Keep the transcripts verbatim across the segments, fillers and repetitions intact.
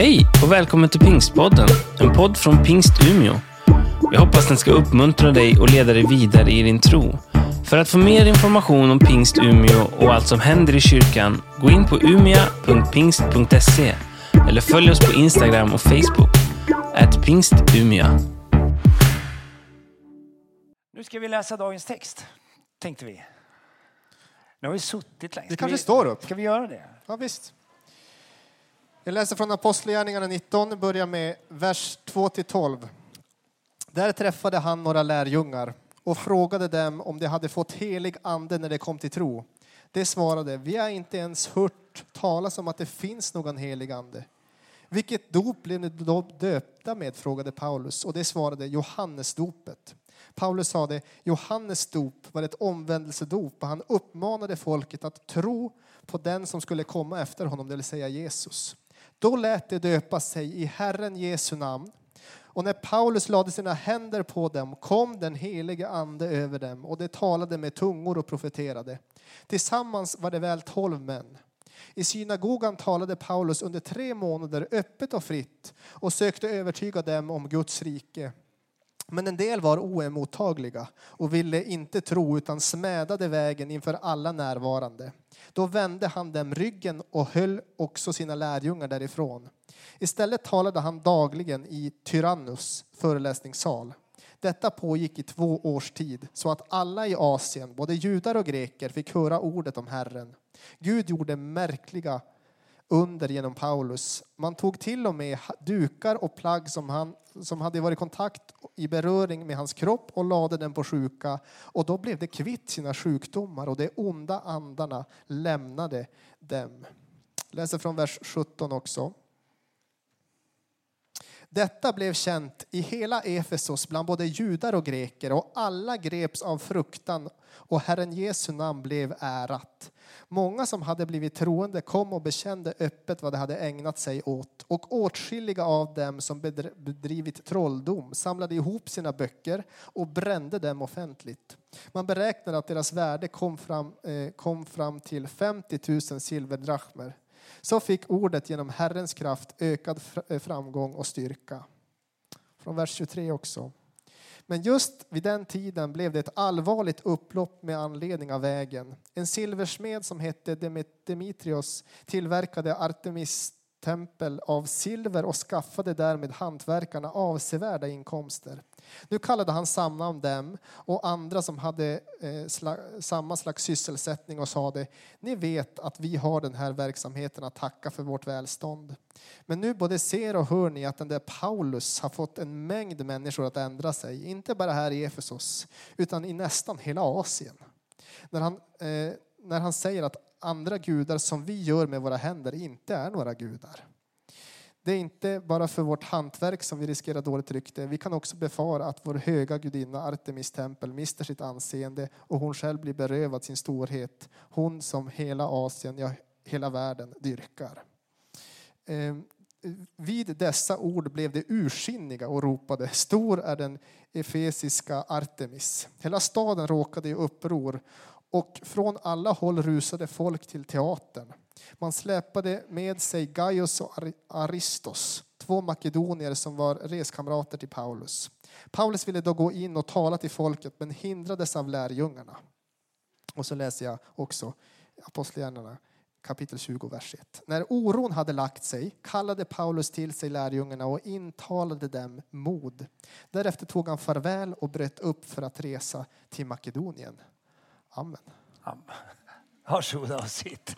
Hej och välkommen till Pingstpodden, en podd från Pingst Umeå. Vi hoppas den ska uppmuntra dig och leda dig vidare i din tro. För att få mer information om Pingst Umeå och allt som händer i kyrkan, gå in på umea punkt pingst punkt se eller följ oss på Instagram och Facebook, at pingstumea. Nu ska vi läsa dagens text, tänkte vi. Nu har vi suttit länge. Vi kanske står upp. Ska vi göra det? Ja, visst. Jag läser från Apostlagärningarna nitton, börjar med vers två till tolv. Där träffade han några lärjungar och frågade dem om de hade fått helig ande när de kom till tro. De svarade, vi har inte ens hört talas om att det finns någon helig ande. Vilket dop blev ni då döpta med, frågade Paulus, och de svarade, Johannesdopet. Paulus sade, Johannes dop var ett omvändelsedop och han uppmanade folket att tro på den som skulle komma efter honom, det vill säga Jesus. Då lät de döpa sig i Herren Jesu namn. Och när Paulus lade sina händer på dem kom den helige ande över dem och de talade med tungor och profeterade. Tillsammans var det väl tolv män. I synagogan talade Paulus under tre månader öppet och fritt och sökte övertyga dem om Guds rike. Men en del var oemottagliga och ville inte tro utan smädade vägen inför alla närvarande. Då vände han dem ryggen och höll också sina lärjungar därifrån. Istället talade han dagligen i Tyrannus föreläsningssal. Detta pågick i två års tid så att alla i Asien, både judar och greker, fick höra ordet om Herren. Gud gjorde märkliga under genom Paulus. Man tog till och med dukar och plagg som, han, som hade varit i kontakt i beröring med hans kropp och lade den på sjuka. Och då blev det kvitt sina sjukdomar och de onda andarna lämnade dem. Läser från vers sjutton också. Detta blev känt i hela Efesos bland både judar och greker och alla greps av fruktan och Herren Jesu namn blev ärat. Många som hade blivit troende kom och bekände öppet vad de hade ägnat sig åt och åtskilliga av dem som bedrivit trolldom samlade ihop sina böcker och brände dem offentligt. Man beräknade att deras värde kom fram, eh, kom fram till femtio tusen silverdrachmer. Så fick ordet genom Herrens kraft ökad framgång och styrka. Från vers tjugotre också. Men just vid den tiden blev det ett allvarligt upplopp med anledning av vägen. En silversmed som hette Demetrios tillverkade Artemis tempel av silver och skaffade därmed hantverkarna avsevärda inkomster. Nu kallade han samman dem och andra som hade eh, sla- samma slags sysselsättning och sade, ni vet att vi har den här verksamheten att tacka för vårt välstånd. Men nu både ser och hör ni att den där Paulus har fått en mängd människor att ändra sig, inte bara här i Efesos utan i nästan hela Asien. När han, eh, när han säger att andra gudar som vi gör med våra händer inte är några gudar. Det är inte bara för vårt hantverk som vi riskerar dåligt rykte. Vi kan också befara att vår höga gudinna Artemis tempel mister sitt anseende och hon själv blir berövad sin storhet. Hon som hela Asien, ja hela världen dyrkar. Eh, vid dessa ord blev det ursinniga och ropade, stor är den efesiska Artemis. Hela staden råkade i uppror. Och från alla håll rusade folk till teatern. Man släpade med sig Gaius och Aristos, två makedonier som var reskamrater till Paulus. Paulus ville då gå in och tala till folket men hindrades av lärjungarna. Och så läser jag också Apostlagärningarna kapitel tjugo, vers ett. När oron hade lagt sig kallade Paulus till sig lärjungarna och intalade dem mod. Därefter tog han farväl och bröt upp för att resa till Makedonien. Amen. Amen. Varsågoda och sitt.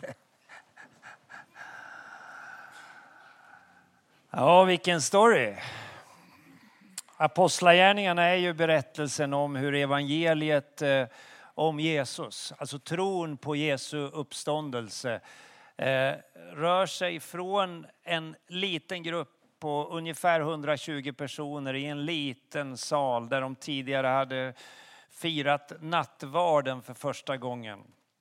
Ja, vilken story. Apostlagärningarna är ju berättelsen om hur evangeliet eh, om Jesus, alltså tron på Jesu uppståndelse, eh, rör sig från en liten grupp på ungefär hundratjugo personer i en liten sal där de tidigare hade firat nattvarden för första gången.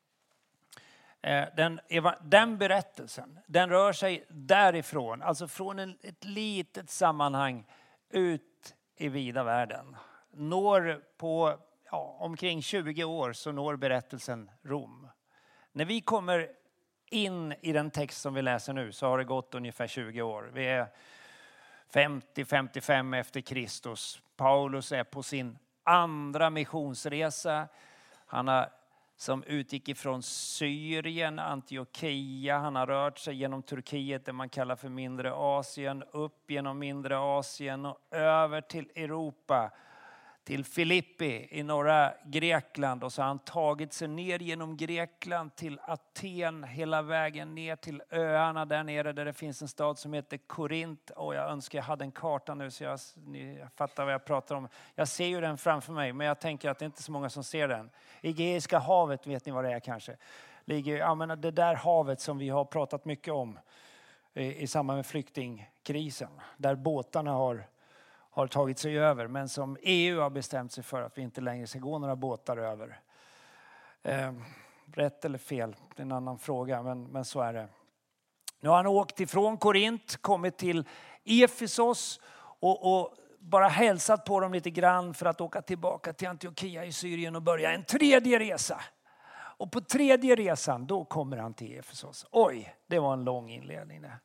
Den, den berättelsen, den rör sig därifrån, alltså från en, ett litet sammanhang ut i vida världen. Når på ja, omkring tjugo år så når berättelsen Rom. När vi kommer in i den text som vi läser nu så har det gått ungefär tjugo år. Vi är femtio till femtiofem efter Kristus. Paulus är på sin andra missionsresa. Han har, som utgick ifrån Syrien, Antiochia. Han har rört sig genom Turkiet, det man kallar för mindre Asien, upp genom mindre Asien och över till Europa, till Filippi i norra Grekland. Och så har han tagit sig ner genom Grekland till Aten, hela vägen ner till öarna där nere där det finns en stad som heter Korint. Och jag önskar jag hade en karta nu så jag, ni, jag fattar vad jag pratar om. Jag ser ju den framför mig, men jag tänker att det inte är så många som ser den. Egeiska havet, vet ni vad det är kanske? Ligger, ja, men det där havet som vi har pratat mycket om i, i samband med flyktingkrisen. Där båtarna har har tagit sig över, men som E U har bestämt sig för att vi inte längre ska gå några båtar över. Eh, rätt eller fel, det är en annan fråga, men, men så är det. Nu har han åkt ifrån Korint, kommit till Efesos och, och bara hälsat på dem lite grann för att åka tillbaka till Antiochia i Syrien och börja en tredje resa. Och på tredje resan, då kommer han till Efesos. Oj, det var en lång inledning där.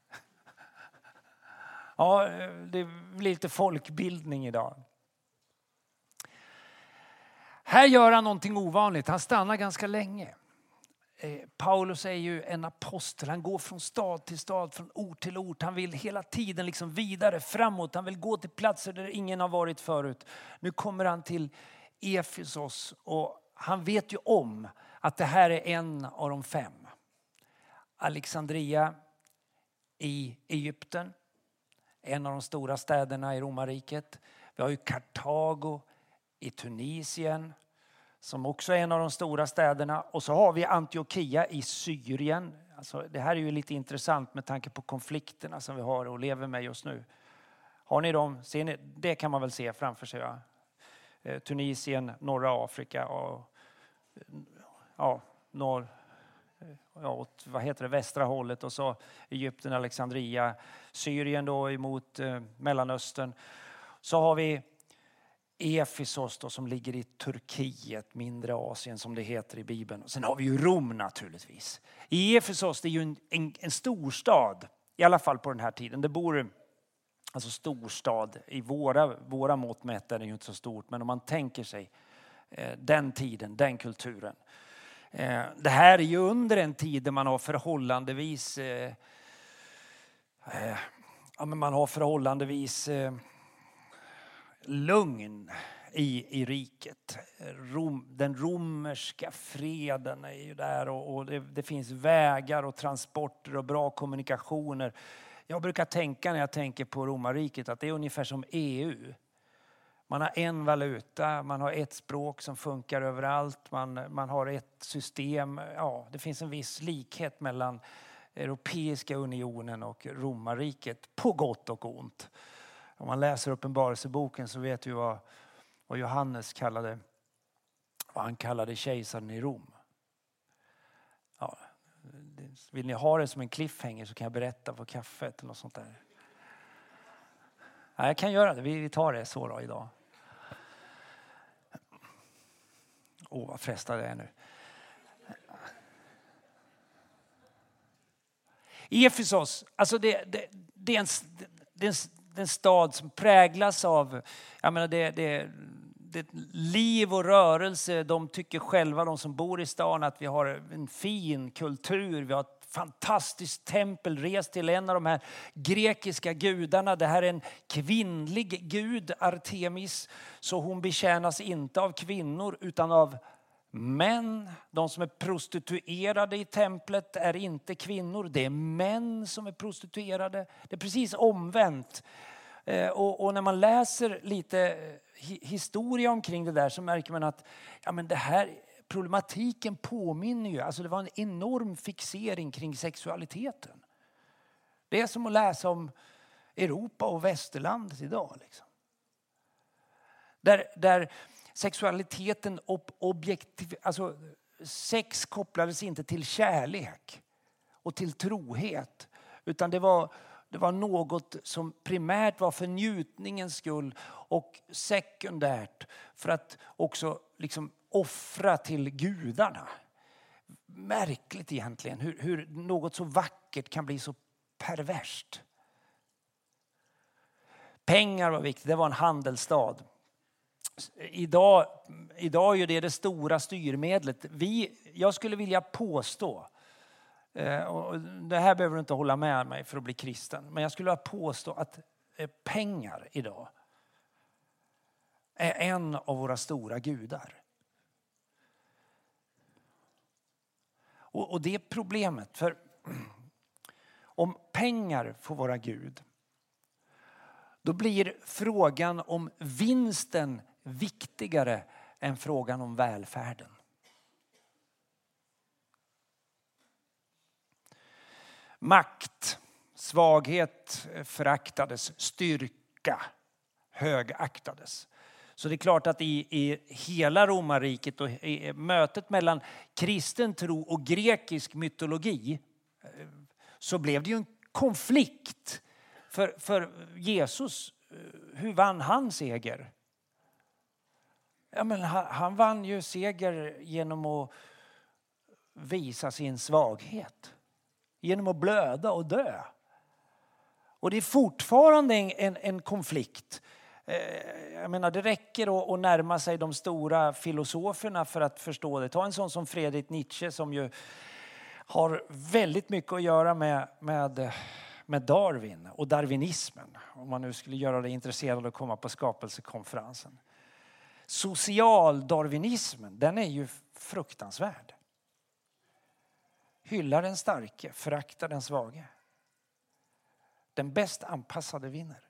Ja, det blir lite folkbildning idag. Här gör han någonting ovanligt. Han stannar ganska länge. Paulus är ju en apostel. Han går från stad till stad, från ort till ort. Han vill hela tiden liksom vidare framåt. Han vill gå till platser där ingen har varit förut. Nu kommer han till Efesos och han vet ju om att det här är en av de fem. Alexandria i Egypten. En av de stora städerna i romarriket. Vi har ju Kartago i Tunisien som också är en av de stora städerna. Och så har vi Antiochia i Syrien. Alltså, det här är ju lite intressant med tanke på konflikterna som vi har och lever med just nu. Har ni dem? Ser ni? Det kan man väl se framför sig. Ja? Tunisien, norra Afrika och ja, norr. Ja, åt, vad heter det, västra hållet och så Egypten, Alexandria, Syrien då emot eh, Mellanöstern. Så har vi Efesos då, som ligger i Turkiet, mindre Asien som det heter i Bibeln. Och sen har vi ju Rom naturligtvis. I Efesos, det är ju en, en, en storstad, i alla fall på den här tiden. Det bor, alltså storstad, i våra, våra mått mätt är det ju inte så stort. Men om man tänker sig eh, den tiden, den kulturen. Det här är ju under en tid där man har förhållandevis eh, eh, ja, men man har förhållandevis eh, lugn i, i riket. Rom, den romerska freden är ju där och, och det, det finns vägar och transporter och bra kommunikationer. Jag brukar tänka när jag tänker på romarriket att det är ungefär som E U. Man har en valuta, man har ett språk som funkar överallt, man, man har ett system. Ja, det finns en viss likhet mellan Europeiska unionen och romarriket på gott och ont. Om man läser Uppenbarelseboken så vet vi vad, vad Johannes kallade, vad han kallade kejsaren i Rom. Ja, vill ni ha det som en cliffhanger så kan jag berätta på kaffet eller något sånt där. Ja, jag kan göra det, vi tar det så då idag. Åh, oh, vad frestad det är nu. Efesos, alltså det, det, det, är en, det, är en, det är en stad som präglas av, jag menar det, det, det liv och rörelse. De tycker själva, de som bor i stan, att vi har en fin kultur. Vi har ett fantastiskt tempel, rest till en av de här grekiska gudarna. Det här är en kvinnlig gud, Artemis. Så hon betjänas inte av kvinnor utan av män. De som är prostituerade i templet är inte kvinnor. Det är män som är prostituerade. Det är precis omvänt. Och, och när man läser lite historia omkring det där så märker man att ja, men det här problematiken påminner ju, alltså det var en enorm fixering kring sexualiteten. Det är som att läsa om Europa och västerlandet idag. Liksom. Där, där sexualiteten ob- objektiv, alltså sex kopplades inte till kärlek och till trohet. Utan det var, det var något som primärt var för njutningens skull och sekundärt för att också liksom offra till gudarna. märkligt egentligen hur, hur något så vackert kan bli så perverst. Pengar var viktigt, det var en handelsstad. Idag, idag är det det stora styrmedlet. Vi, jag skulle vilja påstå, eh, och det här behöver du inte hålla med mig för att bli kristen, men jag skulle vilja påstå att eh, pengar idag är en av våra stora gudar. Och, och det är problemet, för om pengar får vara Gud, då blir frågan om vinsten viktigare än frågan om välfärden. Makt, svaghet föraktades, styrka högaktades. Så det är klart att i, i hela romarriket och i mötet mellan kristen tro och grekisk mytologi så blev det ju en konflikt. För, för Jesus, hur vann han seger? Ja, men han, han vann ju seger genom att visa sin svaghet. Genom att blöda och dö. Och det är fortfarande en, en, en konflikt. Jag menar, det räcker att, att närma sig de stora filosoferna för att förstå det. Ta en sån som Friedrich Nietzsche som ju har väldigt mycket att göra med, med, med Darwin och darwinismen. Om man nu skulle göra det intresserad att komma på skapelsekonferensen. Social-darwinismen, den är ju fruktansvärd. Hyllar den starke, föraktar den svage. Den bäst anpassade vinner.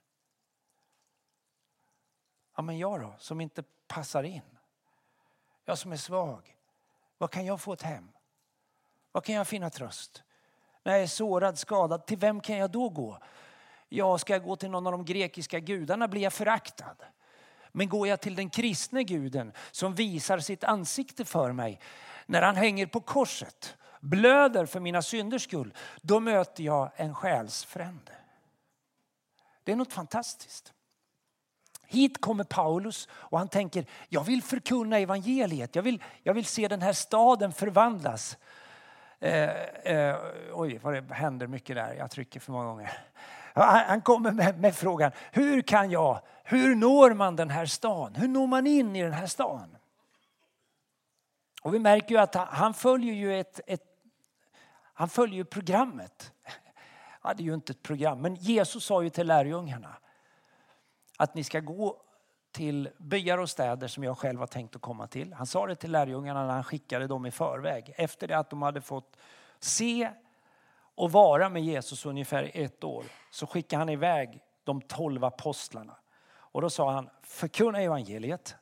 Ja, men jag då, som inte passar in. Jag som är svag. Vad kan jag få ett hem? Vad kan jag finna tröst? När jag är sårad, skadad, till vem kan jag då gå? Ja, ska jag gå till någon av de grekiska gudarna blir jag föraktad. Men går jag till den kristne guden som visar sitt ansikte för mig när han hänger på korset, blöder för mina synders skull, då möter jag en själsfrände. Det är något fantastiskt. Hit kommer Paulus och han tänker, jag vill förkunna evangeliet. Jag vill, jag vill se den här staden förvandlas. Eh, eh, oj, vad det händer mycket där. Jag trycker för många gånger. Han, han kommer med, med frågan, hur kan jag, hur når man den här stan? Hur når man in i den här stan? Och vi märker ju att han, han följer ju ett, ett han följer ju programmet. Ja, det är ju inte ett program, men Jesus sa ju till lärjungarna att ni ska gå till byar och städer som jag själv har tänkt att komma till. Han sa det till lärjungarna när han skickade dem i förväg. Efter det att de hade fått se och vara med Jesus ungefär ett år så skickade han iväg de tolv apostlarna. Och då sa han, förkunna evangeliet.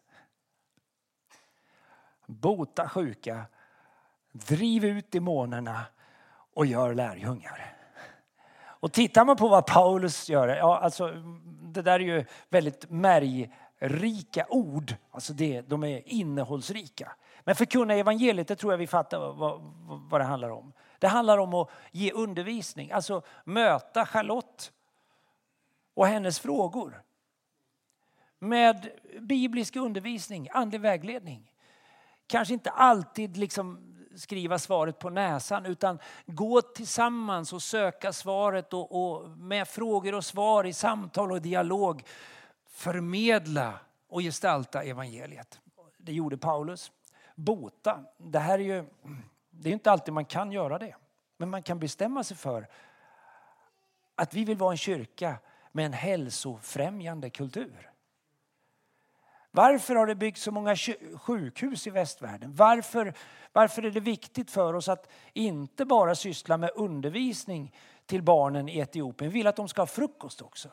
Bota sjuka. Driv ut demonerna och gör lärjungar. Och tittar man på vad Paulus gör, ja, alltså, det där är ju väldigt märgrika ord. Alltså det, de är innehållsrika. Men förkunna evangeliet, det tror jag vi fattar vad, vad, vad det handlar om. Det handlar om att ge undervisning, alltså möta Charlotte och hennes frågor. Med biblisk undervisning, andlig vägledning. Kanske inte alltid liksom skriva svaret på näsan utan gå tillsammans och söka svaret och, och med frågor och svar i samtal och dialog förmedla och gestalta evangeliet. Det gjorde Paulus. Bota. Det här är ju det är inte alltid man kan göra det. Men man kan bestämma sig för att vi vill vara en kyrka med en hälsofrämjande kultur. Varför har det byggts så många sjukhus i västvärlden? Varför, varför är det viktigt för oss att inte bara syssla med undervisning till barnen i Etiopien? Vi vill att de ska ha frukost också.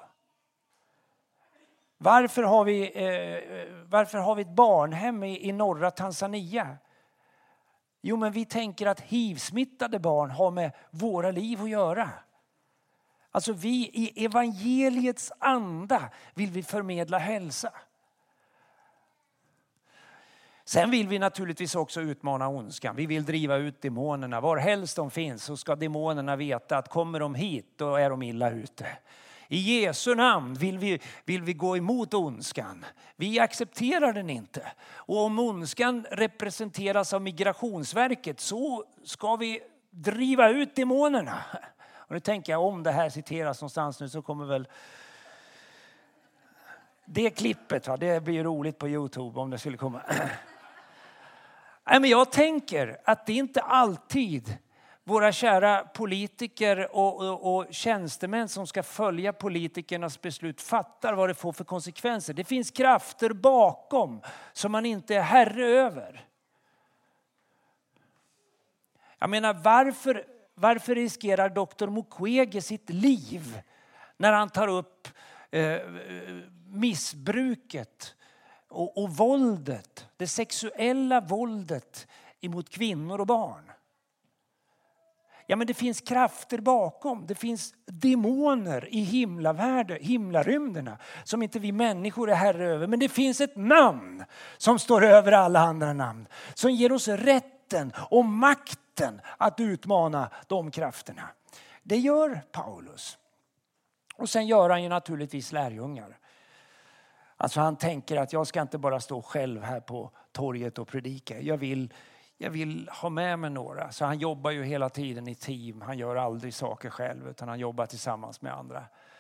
Varför har vi, eh, varför har vi ett barnhem i, i norra Tanzania? Jo, men vi tänker att hiv-smittade barn har med våra liv att göra. Alltså vi i evangeliets anda vill vi förmedla hälsa. Sen vill vi naturligtvis också utmana ondskan. Vi vill driva ut demonerna. Var helst de finns så ska demonerna veta att kommer de hit då är de illa ute. I Jesu namn vill vi, vill vi gå emot ondskan. Vi accepterar den inte. Och om ondskan representeras av Migrationsverket så ska vi driva ut demonerna. Och nu tänker jag, om det här citeras någonstans nu så kommer väl det klippet, va? Det blir roligt på YouTube om det skulle komma. Nej, men jag tänker att det inte alltid våra kära politiker och, och, och tjänstemän som ska följa politikernas beslut fattar vad det får för konsekvenser. Det finns krafter bakom som man inte är herre över. Jag menar, varför, varför riskerar doktor Mukwege sitt liv när han tar upp eh, missbruket och, och våldet, det sexuella våldet emot kvinnor och barn? Ja, men det finns krafter bakom. Det finns demoner i himlavärlden, himlarymderna som inte vi människor är herre över. Men det finns ett namn som står över alla andra namn. Som ger oss rätten och makten att utmana de krafterna. Det gör Paulus. Och sen gör han ju naturligtvis lärjungar. Alltså han tänker att jag ska inte bara stå själv här på torget och predika. Jag vill... Jag vill ha med mig några. Så han jobbar ju hela tiden i team. Han gör aldrig saker själv utan han jobbar tillsammans med andra.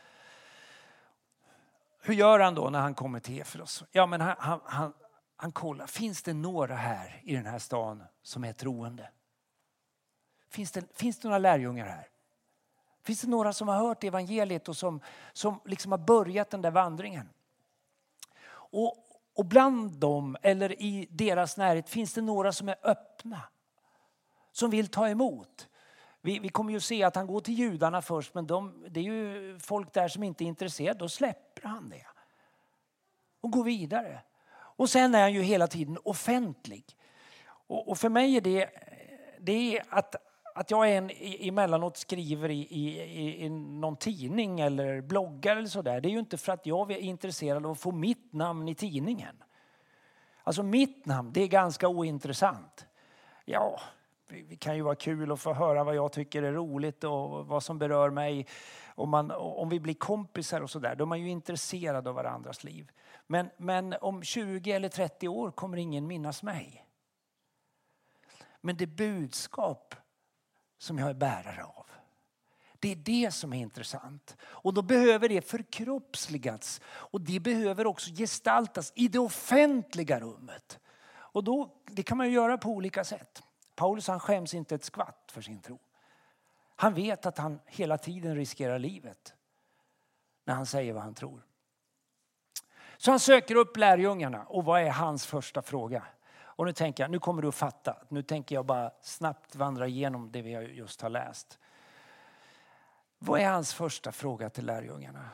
Hur gör han då när han kommer till Efesos? Ja, men han, han, han, han kollar. Finns det några här i den här stan som är troende? Finns det, finns det några lärjungar här? Finns det några som har hört evangeliet och som, som liksom har börjat den där vandringen? Och Och bland dem eller i deras närhet finns det några som är öppna. Som vill ta emot. Vi, vi kommer ju se att han går till judarna först. Men de, det är ju folk där som inte är intresserade. Då släpper han det. Och går vidare. Och sen är han ju hela tiden offentlig. Och, och för mig är det, det är att, att jag en, emellanåt skriver i, i, i, i någon tidning eller bloggar eller sådär. Det är ju inte för att jag är intresserad av att få mitt namn i tidningen. Alltså mitt namn, det är ganska ointressant. Ja, det kan ju vara kul att få höra vad jag tycker är roligt och vad som berör mig. Om, man, om vi blir kompisar och sådär, då är man ju intresserad av varandras liv. Men, men om tjugo eller trettio år kommer ingen minnas mig. Men det budskap som jag är bärare av. Det är det som är intressant. Och då behöver det förkroppsligats. Och det behöver också gestaltas i det offentliga rummet. Och då, det kan man ju göra på olika sätt. Paulus, han skäms inte ett skvatt för sin tro. Han vet att han hela tiden riskerar livet. När han säger vad han tror. Så han söker upp lärjungarna. Och vad är hans första fråga? Och nu tänker jag, nu kommer du att fatta. Nu tänker jag bara snabbt vandra igenom det vi just har läst. Vad är hans första fråga till lärjungarna?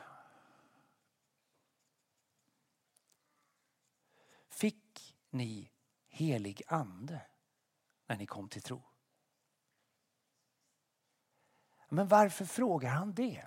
Fick ni helig ande när ni kom till tro? Men varför frågar han det?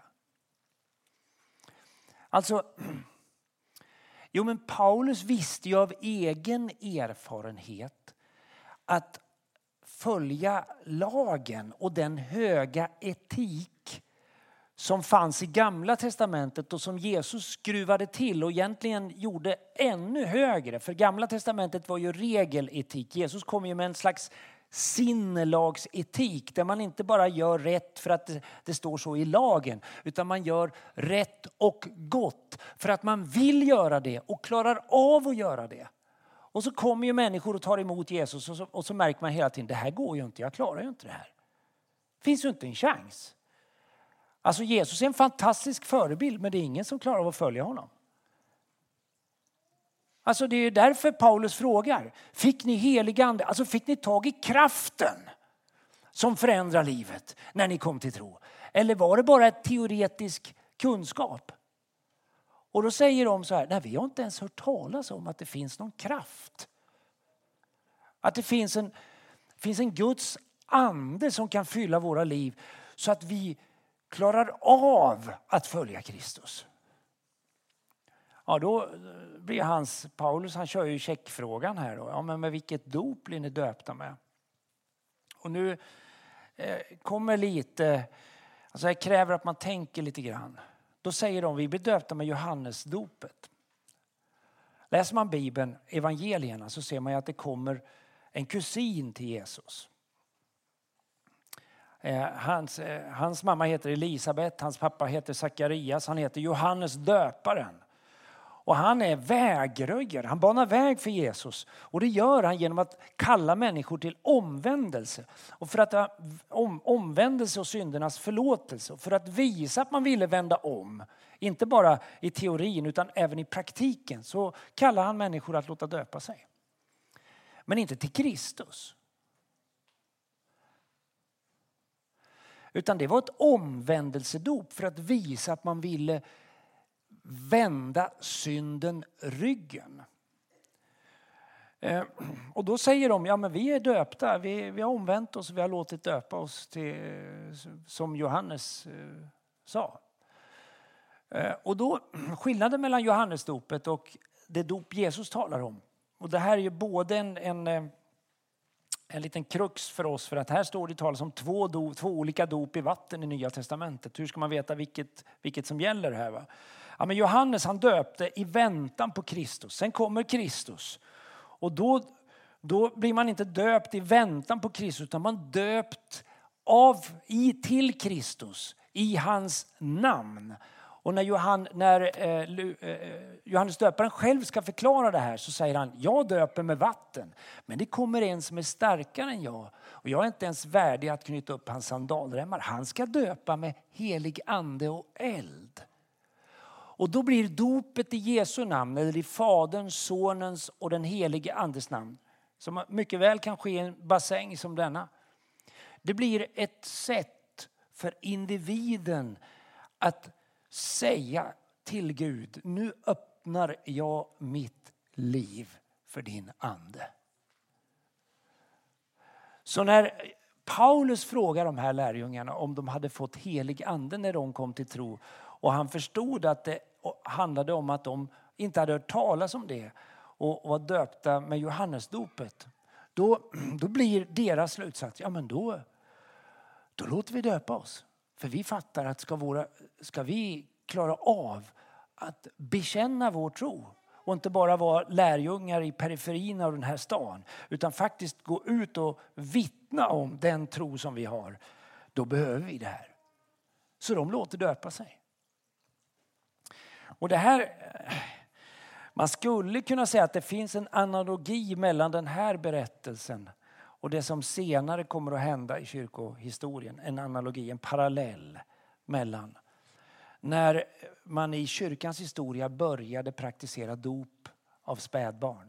Alltså... Jo, men Paulus visste ju av egen erfarenhet att följa lagen och den höga etik som fanns i Gamla testamentet och som Jesus skruvade till och egentligen gjorde ännu högre. För Gamla testamentet var ju regeletik. Jesus kom ju med en slags sinnelagsetik där man inte bara gör rätt för att det, det står så i lagen, utan man gör rätt och gott för att man vill göra det och klarar av att göra det. Och så kommer ju människor och tar emot Jesus och så, och så märker man hela tiden, det här går ju inte, jag klarar ju inte det här. Finns ju inte en chans. Alltså Jesus är en fantastisk förebild, men det är ingen som klarar av att följa honom. Alltså det är därför Paulus frågar. Fick ni helig ande? Alltså fick ni tag i kraften som förändrar livet när ni kom till tro? Eller var det bara ett teoretisk kunskap? Och då säger de så här, nej, vi har inte ens hört talas om att det finns någon kraft. Att det finns en, finns en Guds ande som kan fylla våra liv så att vi klarar av att följa Kristus. Ja, då blir hans, Paulus, han kör ju checkfrågan här då. Ja, men med vilket dop blir ni döpta med? Och nu eh, kommer lite, alltså jag kräver att man tänker lite grann. då säger de vi blir döpta med Johannesdopet. Läser man Bibeln, evangelierna, så ser man ju att det kommer en kusin till Jesus. Eh, hans, eh, hans mamma heter Elisabet, hans pappa heter Sakarias, han heter Johannes döparen. Och han är vägröjare, han banar väg för Jesus. Och det gör han genom att kalla människor till omvändelse. Och för att ha om, omvändelse och syndernas förlåtelse. Och för att visa att man ville vända om. Inte bara i teorin utan även i praktiken. Så kallar han människor att låta döpa sig. Men inte till Kristus. Utan det var ett omvändelsedop för att visa att man ville vända synden ryggen. Eh, och då säger de, ja men vi är döpta, vi, vi har omvänt oss, vi har låtit döpa oss till, som Johannes eh, sa. Eh, och då, skillnaden mellan Johannesdopet och det dop Jesus talar om. Och det här är ju både en, en, en liten krux för oss, för att här står det talas om två, do, två olika dop i vatten i Nya Testamentet. Hur ska man veta vilket, vilket som gäller här, va? Ja, men Johannes han döpte i väntan på Kristus. Sen kommer Kristus. Och då, då blir man inte döpt i väntan på Kristus, utan man döpt av, i, till Kristus i hans namn. Och när, Johann, när eh, eh, Johannes döparen själv ska förklara det här så säger han, jag döper med vatten. Men det kommer en som är starkare än jag. Och jag är inte ens värdig att knyta upp hans sandalremmar. Han ska döpa med helig ande och eld. Och då blir dopet i Jesu namn, eller i Faderns, Sonens och den helige Andes namn, som mycket väl kan ske i en bassäng som denna. Det blir ett sätt för individen att säga till Gud, nu öppnar jag mitt liv för din ande. Så när Paulus frågar de här lärjungarna om de hade fått helig ande när de kom till tro, och han förstod att det handlade om att de inte hade hört talas om det och var döpta med Johannesdopet. Då, då blir deras slutsats, ja men då, då låter vi döpa oss. För vi fattar att ska, våra, ska vi klara av att bekänna vår tro och inte bara vara lärjungar i periferin av den här stan, utan faktiskt gå ut och vittna om den tro som vi har, då behöver vi det här. Så de låter döpa sig. Och det här, man skulle kunna säga att det finns en analogi mellan den här berättelsen och det som senare kommer att hända i kyrkohistorien. En analogi, en parallell mellan när man i kyrkans historia började praktisera dop av spädbarn.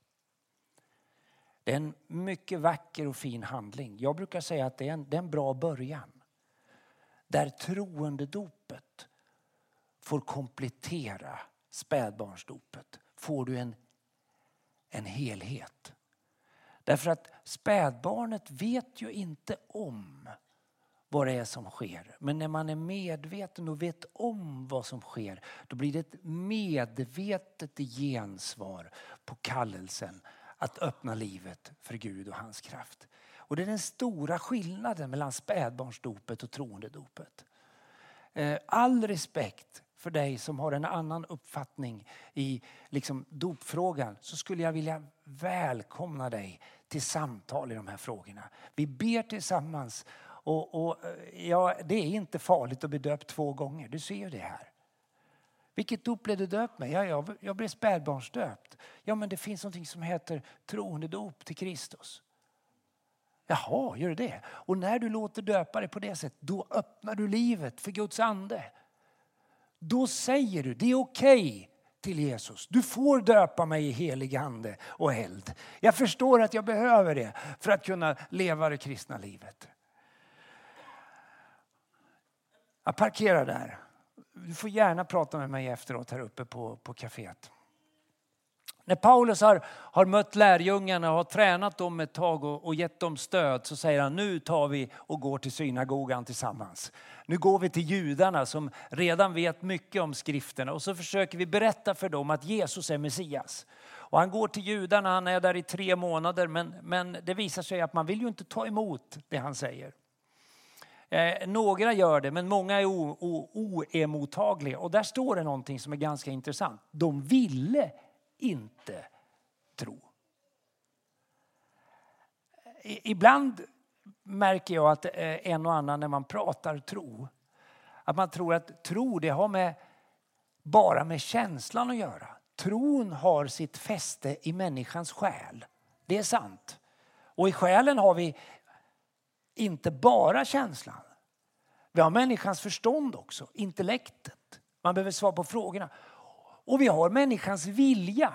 Det är en mycket vacker och fin handling. Jag brukar säga att det är en, det är en bra början. Där troendedopet får komplettera spädbarnsdopet. Får du en, en helhet. Därför att spädbarnet vet ju inte om vad det är som sker. Men när man är medveten och vet om vad som sker, då blir det ett medvetet gensvar på kallelsen att öppna livet för Gud och hans kraft. Och det är den stora skillnaden mellan spädbarnsdopet och troendedopet. All respekt för dig som har en annan uppfattning i liksom dopfrågan, så skulle jag vilja välkomna dig till samtal i de här frågorna. Vi ber tillsammans och, och ja, det är inte farligt att bli döpt två gånger. Du ser ju det här. Vilket dop blev du döpt med? Ja, jag, jag blev spädbarnsdöpt. Ja, men det finns något som heter troendedop till Kristus. Jaha, gör det? Och när du låter döpa dig på det sättet, då öppnar du livet för Guds ande. Då säger du, det är okej till Jesus. Du får döpa mig i helig ande och eld. Jag förstår att jag behöver det för att kunna leva det kristna livet. Jag parkerar där. Du får gärna prata med mig efteråt här uppe på, på kaféet. När Paulus har, har mött lärjungarna och har tränat dem ett tag och, och gett dem stöd, så säger han, nu tar vi och går till synagogan tillsammans. Nu går vi till judarna som redan vet mycket om skrifterna, och så försöker vi berätta för dem att Jesus är Messias. Och han går till judarna, han är där i tre månader, men, men det visar sig att man vill ju inte ta emot det han säger. Eh, några gör det, men många är o- o- oemottagliga. Och där står det någonting som är ganska intressant. De ville inte tro. I, ibland märker jag att eh, en och annan när man pratar tro, att man tror att tro det har med, bara med känslan att göra. Tron har sitt fäste i människans själ. Det är sant. Och i själen har vi inte bara känslan. Vi har människans förstånd också, intellektet. Man behöver svara på frågorna. Och vi har människans vilja.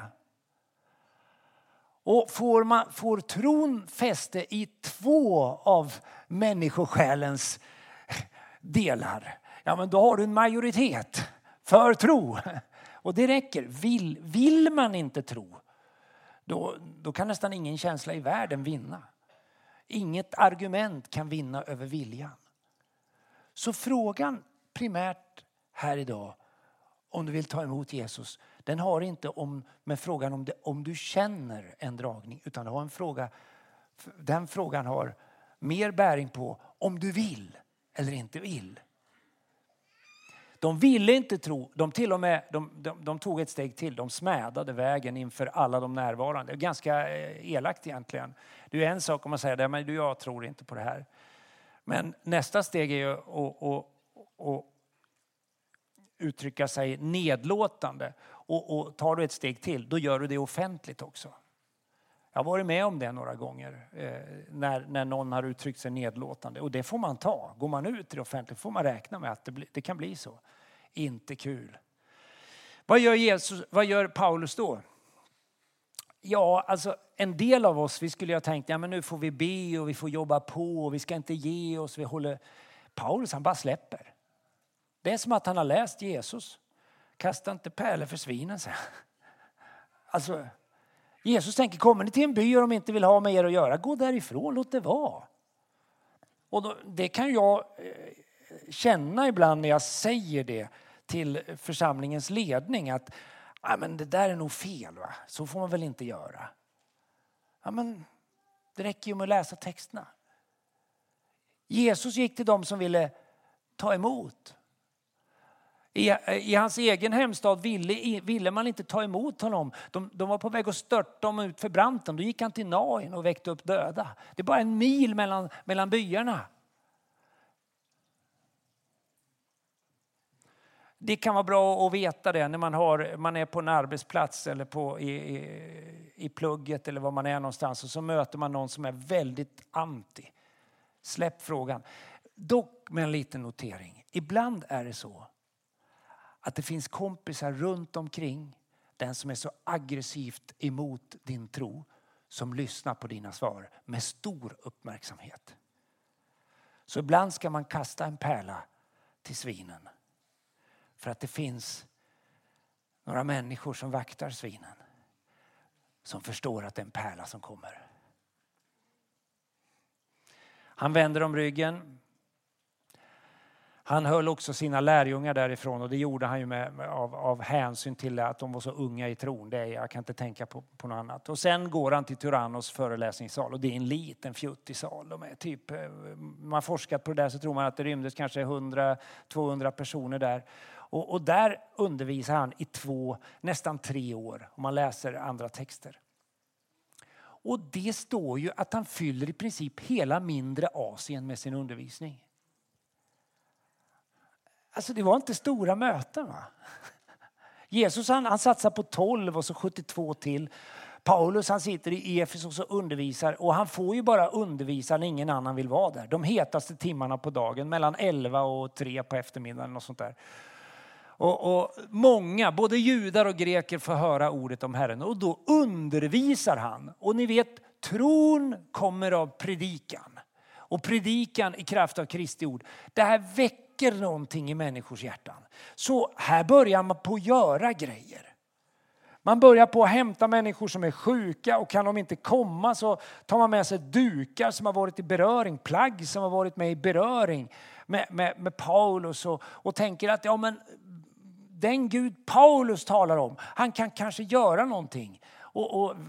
Och får, man, får tron fäste i två av människosjälens delar, ja men då har du en majoritet för tro. Och det räcker. Vill, vill man inte tro, då, då kan nästan ingen känsla i världen vinna. Inget argument kan vinna över viljan. Så frågan primärt här idag, om du vill ta emot Jesus, den har inte om, med frågan om, det, om du känner en dragning, utan det har en fråga, den frågan har mer bäring på om du vill eller inte vill. De ville inte tro, de till och med de, de, de tog ett steg till, de smädade vägen inför alla de närvarande. Ganska elakt egentligen. Det är en sak om man säger det, men jag tror inte på det här. Men nästa steg är ju att, att, att uttrycka sig nedlåtande. Och, och tar du ett steg till, då gör du det offentligt också. Jag har varit med om det några gånger eh, när, när någon har uttryckt sig nedlåtande. Och det får man ta. Går man ut i det offentligt får man räkna med att det, bli, det kan bli så. Inte kul. Vad gör Jesus? Vad gör Paulus då? Ja, alltså en del av oss, vi skulle ju ha tänkt, ja men nu får vi be och vi får jobba på och vi ska inte ge oss. Vi håller... Paulus han bara släpper. Det är som att han har läst Jesus. Kasta inte pärlor för svinen, säger han. Alltså, Jesus tänker, kommer ni till en by och de inte vill ha med er att göra, gå därifrån, låt det vara. Och då, det kan jag eh, känna ibland när jag säger det till församlingens ledning, att ja, men det där är nog fel, va? Så får man väl inte göra. Ja, men det räcker ju med att läsa texterna. Jesus gick till dem som ville ta emot. I, I hans egen hemstad ville, ville man inte ta emot honom. De, de var på väg att störta dem ut för branten. Då gick han till Nain och väckte upp döda. Det är bara en mil mellan, mellan byarna. Det kan vara bra att veta det när man, har, man är på en arbetsplats eller på, i, i, i plugget eller var man är någonstans. Och så möter man någon som är väldigt anti. Släpp frågan. Dock med en liten notering. Ibland är det så att det finns kompisar runt omkring den som är så aggressivt emot din tro som lyssnar på dina svar med stor uppmärksamhet. Så ibland ska man kasta en pärla till svinen. För att det finns några människor som vaktar svinen. Som förstår att det är en pärla som kommer. Han vänder om ryggen. Han höll också sina lärjungar därifrån, och det gjorde han ju med, med, av, av hänsyn till att de var så unga i tron. Det är, jag kan inte tänka på, på något annat. Och sen går han till Tyrannos föreläsningssal, och det är en liten fjuttig sal. De är typ, man har forskat på det där, så tror man att det rymdes kanske hundra till tvåhundra personer där. Och, och där undervisar han i två, nästan tre år, om man läser andra texter. Och det står ju att han fyller i princip hela mindre Asien med sin undervisning. Alltså det var inte stora möten, va? Jesus han, han satsar på tolv och så sjuttiotvå till. Paulus han sitter i Efesos och undervisar, och han får ju bara undervisa när ingen annan vill vara där. De hetaste timmarna på dagen, mellan elva och tre på eftermiddagen och sånt där. Och, och många, både judar och greker, får höra ordet om Herren, och då undervisar han. Och ni vet, tron kommer av predikan. Och predikan i kraft av Kristi ord. Det här väcker någonting i människors hjärtan. Så här börjar man på att göra grejer. Man börjar på att hämta människor som är sjuka, och kan de inte komma så tar man med sig dukar som har varit i beröring, plagg som har varit med i beröring med, med, med Paulus, och, och tänker att ja, men den Gud Paulus talar om, han kan kanske göra någonting. Och, och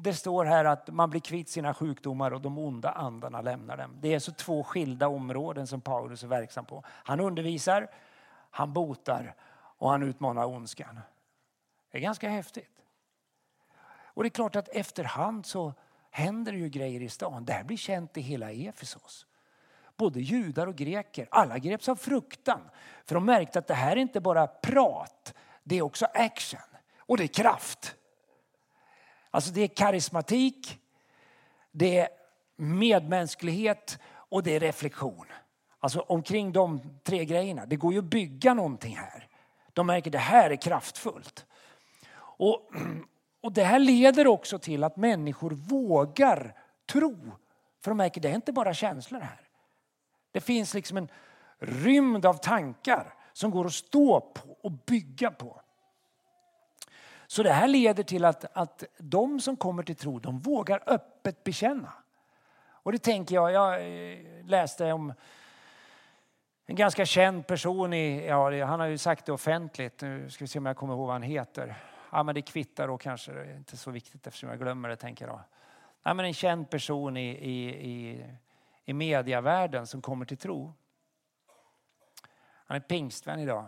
det står här att man blir kvitt sina sjukdomar och de onda andarna lämnar dem. Det är så två skilda områden som Paulus är verksam på. Han undervisar, han botar och han utmanar ondskan. Det är ganska häftigt. Och det är klart att efterhand så händer ju grejer i stan. Det här blir känt i hela Efesos. Både judar och greker, alla greps av fruktan. För de märkte att det här är inte bara prat, det är också action. Och det är kraft. Alltså det är karismatik, det är medmänsklighet och det är reflektion. Alltså omkring de tre grejerna. Det går ju att bygga någonting här. De märker att det här är kraftfullt. Och, och det här leder också till att människor vågar tro. För de märker att det är inte bara känslor här. Det finns liksom en rymd av tankar som går att stå på och bygga på. Så det här leder till att, att de som kommer till tro, de vågar öppet bekänna. Och det tänker jag, jag läste om en ganska känd person, i, ja, han har ju sagt det offentligt, nu ska vi se om jag kommer ihåg vad han heter. Ja, men det kvittar då kanske, det är inte så viktigt eftersom jag glömmer det, tänker jag. Ja, men en känd person i, i, i, i mediavärlden som kommer till tro. Han är pingstvän idag.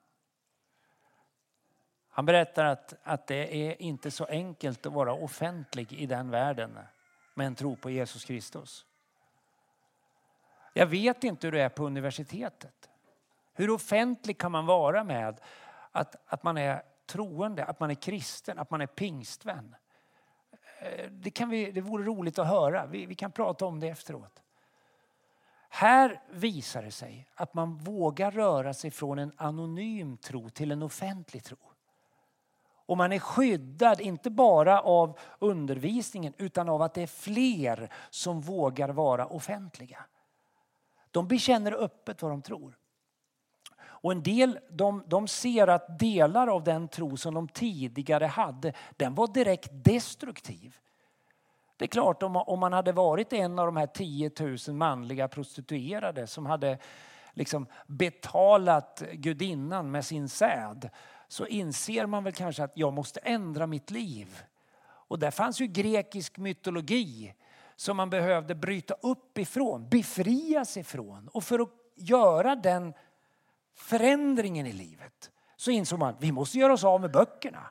Han berättar att, att det är inte så enkelt att vara offentlig i den världen med en tro på Jesus Kristus. Jag vet inte hur det är på universitetet. Hur offentlig kan man vara med att, att man är troende, att man är kristen, att man är pingstvän? Det, kan vi, det vore roligt att höra. Vi, vi kan prata om det efteråt. Här visar det sig att man vågar röra sig från en anonym tro till en offentlig tro. Och man är skyddad inte bara av undervisningen utan av att det är fler som vågar vara offentliga. De bekänner öppet vad de tror. Och en del de, de ser att delar av den tro som de tidigare hade, den var direkt destruktiv. Det är klart om, om man hade varit en av de här tio tusen manliga prostituerade som hade liksom betalat gudinnan med sin säd, så inser man väl kanske att jag måste ändra mitt liv. Och där fanns ju grekisk mytologi som man behövde bryta upp ifrån, befria sig ifrån. Och för att göra den förändringen i livet så insåg man att vi måste göra oss av med böckerna.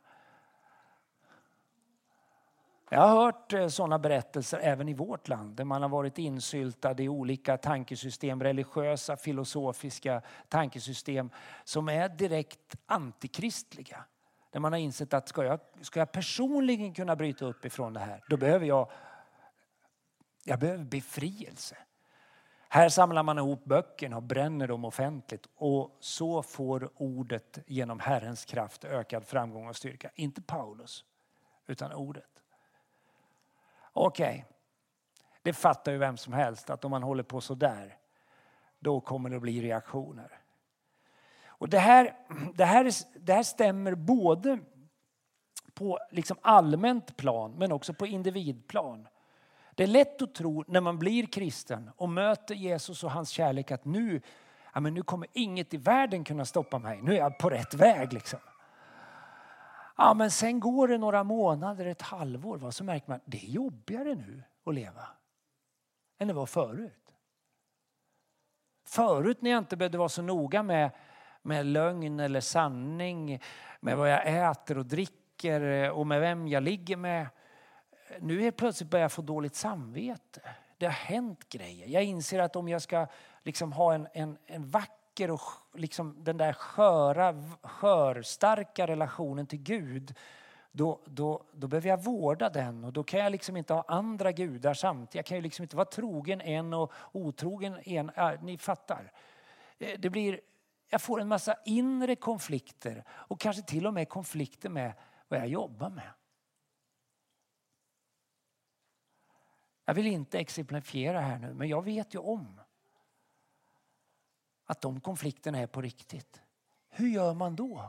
Jag har hört sådana berättelser även i vårt land där man har varit insyltad i olika tankesystem, religiösa, filosofiska tankesystem som är direkt antikristliga. Där man har insett att ska jag, ska jag personligen kunna bryta upp ifrån det här, då behöver jag, jag behöver befrielse. Här samlar man ihop böckerna och bränner dem offentligt och så får ordet genom Herrens kraft ökad framgång och styrka. Inte Paulus utan ordet. Okej, okay. Det fattar ju vem som helst att om man håller på så där, då kommer det att bli reaktioner. Och det här, det här, det här stämmer både på liksom allmänt plan men också på individplan. Det är lätt att tro när man blir kristen och möter Jesus och hans kärlek att nu, ja, men nu kommer inget i världen kunna stoppa mig. Nu är jag på rätt väg liksom. Ja, men sen går det några månader, ett halvår, va, så märker man att det är jobbigare nu att leva än det var förut. Förut när jag inte behövde vara så noga med, med lögn eller sanning, med vad jag äter och dricker och med vem jag ligger med. Nu är plötsligt börjar jag få dåligt samvete. Det har hänt grejer. Jag inser att om jag ska liksom ha en, en, en vacker och liksom den där sköra, skörstarka relationen till Gud, då, då, då behöver jag vårda den. Och då kan jag liksom inte ha andra gudar samtidigt. Jag kan ju liksom inte vara trogen en och otrogen en. Äh, ni fattar. Det blir, jag får en massa inre konflikter och kanske till och med konflikter med vad jag jobbar med. Jag vill inte exemplifiera här nu, men jag vet ju om att de konflikterna är på riktigt. Hur gör man då?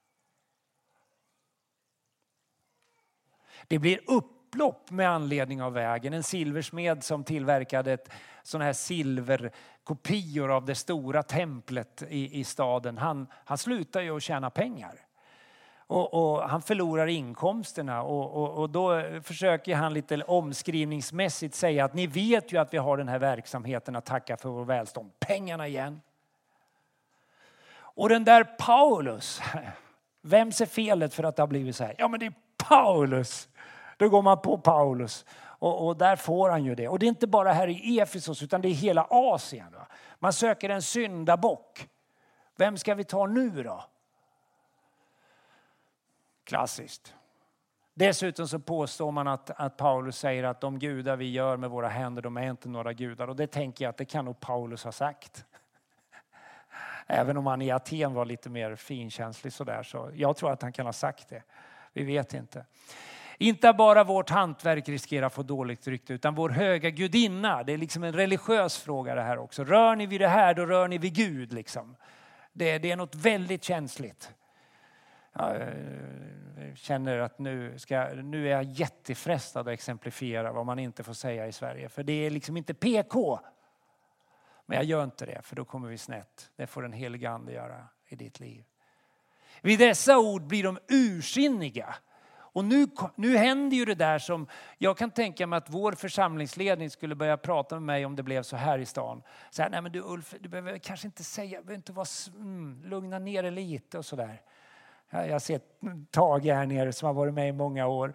Det blir upplopp med anledning av vägen. En silversmed som tillverkade ett sån här silverkopior av det stora templet i, i staden. Han, han slutar ju att tjäna pengar. Och, och han förlorar inkomsterna och, och, och då försöker han lite omskrivningsmässigt säga att ni vet ju att vi har den här verksamheten att tacka för vår välstånd. Pengarna igen. Och den där Paulus, vem ser felet för att det har blivit så här? Ja, men det är Paulus. Då går man på Paulus och, och där får han ju det. Och det är inte bara här i Efesos utan det är hela Asien. Va? Man söker en syndabock. Vem ska vi ta nu då? Klassiskt. Dessutom så påstår man att, att Paulus säger att de gudar vi gör med våra händer, de är inte några gudar. Och det tänker jag att det kan nog Paulus ha sagt. Även om han i Aten var lite mer finkänslig sådär. Så jag tror att han kan ha sagt det. Vi vet inte. Inte bara vårt hantverk riskerar att få dåligt rykte utan vår höga gudinna. Det är liksom en religiös fråga det här också. Rör ni vid det här, då rör ni vid Gud liksom. Det, det är något väldigt känsligt. Jag känner att nu, ska, nu är jag jättefrestad att exemplifiera vad man inte får säga i Sverige. För det är liksom inte P K. Men jag gör inte det för då kommer vi snett. Det får den heliga ande göra i ditt liv. Vid dessa ord blir de ursinniga. Och nu, nu händer ju det där som jag kan tänka mig att vår församlingsledning skulle börja prata med mig om det blev så här i stan. Så här, nej men du Ulf, du behöver kanske inte säga, behöver inte vara, mm, lugna ner dig lite och sådär. Jag ser Tage här nere som har varit med i många år.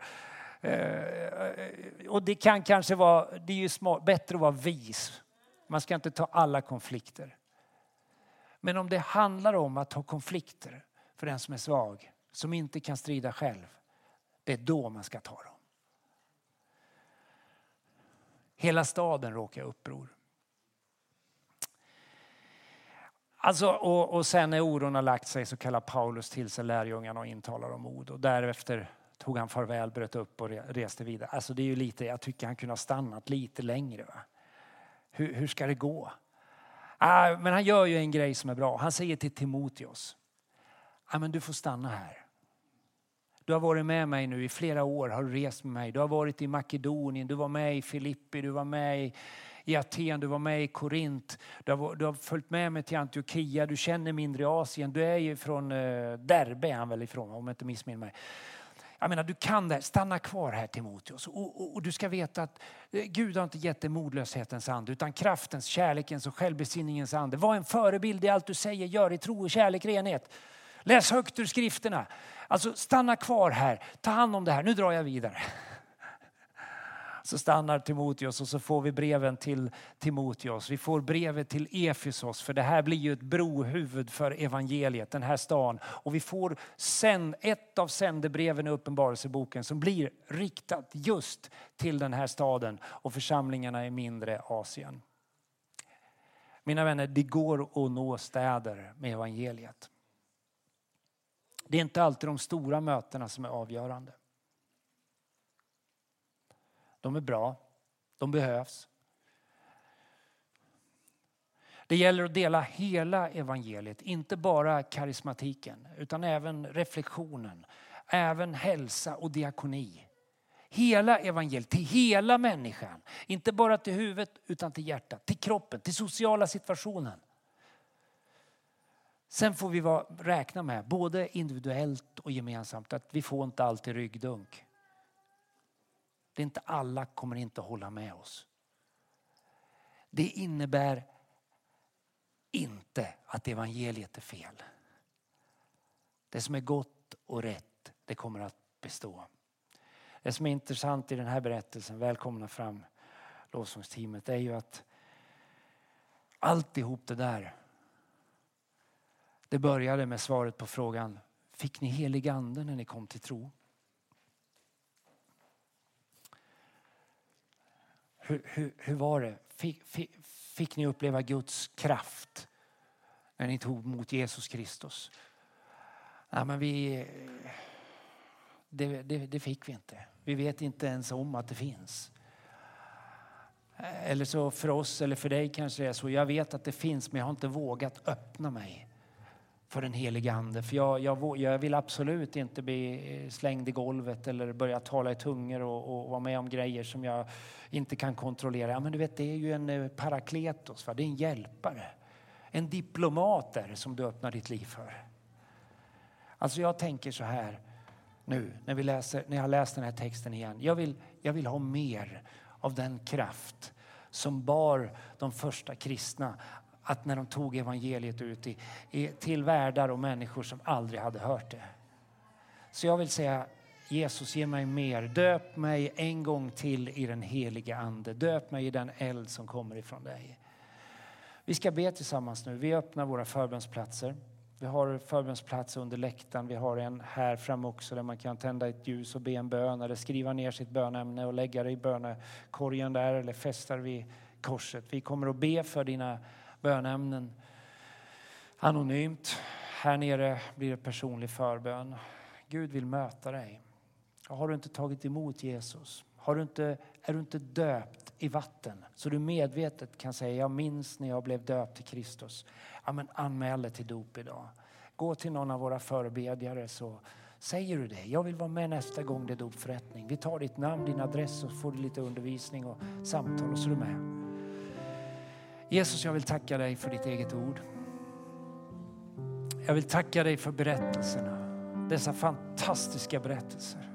Och det kan kanske vara, det är ju smart, bättre att vara vis. Man ska inte ta alla konflikter. Men om det handlar om att ha konflikter för den som är svag, som inte kan strida själv, det är då man ska ta dem. Hela staden råkar i uppror. Alltså, och, och sen när oron har lagt sig så kallar Paulus till sig lärjungarna och intalar om mod. Och därefter tog han farväl, bröt upp och reste vidare. Alltså det är ju lite, jag tycker han kunde ha stannat lite längre. Va? Hur, hur ska det gå? Ah, men han gör ju en grej som är bra. Han säger till Timoteus. Ah, men du får stanna här. Du har varit med mig nu i flera år, har rest med mig. Du har varit i Makedonien, du var med i Filippi, du var med i, i Aten, du var med i Korint. Du har, du har följt med mig till Antiochia, du känner mindre Asien. Du är ju från uh, Derbe är han väl ifrån, om jag inte missminner mig. Jag menar, du kan det. Stanna kvar här Timoteus. Och, och, och du ska veta att Gud har inte gett dig modlöshetens ande utan kraftens, kärlekens och självbesinningens ande. Var en förebild i allt du säger, gör i tro och kärlek, renhet. Läs högt ur skrifterna. Alltså stanna kvar här. Ta hand om det här. Nu drar jag vidare. Så stannar Timoteus och så får vi breven till Timoteus. Vi får brevet till Efesos. För det här blir ju ett brohuvud för evangeliet, den här stan. Och vi får sen ett av sändebreven i Uppenbarelseboken som blir riktat just till den här staden och församlingarna i mindre Asien. Mina vänner, det går att nå städer med evangeliet. Det är inte alltid de stora mötena som är avgörande. De är bra. De behövs. Det gäller att dela hela evangeliet. Inte bara karismatiken utan även reflektionen. Även hälsa och diakoni. Hela evangeliet till hela människan. Inte bara till huvudet utan till hjärtat. Till kroppen, till sociala situationen. Sen får vi vara, räkna med, både individuellt och gemensamt, att vi får inte alltid ryggdunk. Det är inte alla kommer inte hålla med oss. Det innebär inte att evangeliet är fel. Det som är gott och rätt, det kommer att bestå. Det som är intressant i den här berättelsen, välkomna fram lovsångsteamet, är ju att alltihop det där, det började med svaret på frågan, fick ni helig ande när ni kom till tro? Hur, hur, hur var det? Fick, fick, fick ni uppleva Guds kraft när ni tog emot Jesus Kristus? Nej, men vi, det, det, det fick vi inte. Vi vet inte ens om att det finns. Eller så för oss eller för dig kanske det är så. Jag vet att det finns men jag har inte vågat öppna mig för den heliga ande. För jag, jag, jag vill absolut inte bli slängd i golvet eller börja tala i tungor och, och vara med om grejer som jag inte kan kontrollera. Ja, men du vet, det är ju en parakletos, va? Det är en hjälpare. En diplomat är som du öppnar ditt liv för. Alltså jag tänker så här nu när, vi läser, när jag har läst den här texten igen. Jag vill, jag vill ha mer av den kraft som bar de första kristna. Att när de tog evangeliet ut i, i, till världar och människor som aldrig hade hört det. Så jag vill säga, Jesus, ge mig mer. Döp mig en gång till i den heliga ande. Döp mig i den eld som kommer ifrån dig. Vi ska be tillsammans nu. Vi öppnar våra förbönsplatser. Vi har förbönsplatser under läktaren. Vi har en här fram också där man kan tända ett ljus och be en bön. Eller skriva ner sitt bönämne och lägga det i bönekorgen där. Eller fästa vid korset. Vi kommer att be för dina bönämnen anonymt. Här nere blir det personlig förbön. Gud vill möta dig. Har du inte tagit emot Jesus? Har du inte, är du inte döpt i vatten? Så du medvetet kan säga, jag minns när jag blev döpt till Kristus. Ja, men anmäl dig till dop idag. Gå till någon av våra förebedjare så säger du det. Jag vill vara med nästa gång det är dopförrättning. Vi tar ditt namn, din adress och får lite undervisning och samtal och så är du med. Jesus, jag vill tacka dig för ditt eget ord. Jag vill tacka dig för berättelserna. Dessa fantastiska berättelser.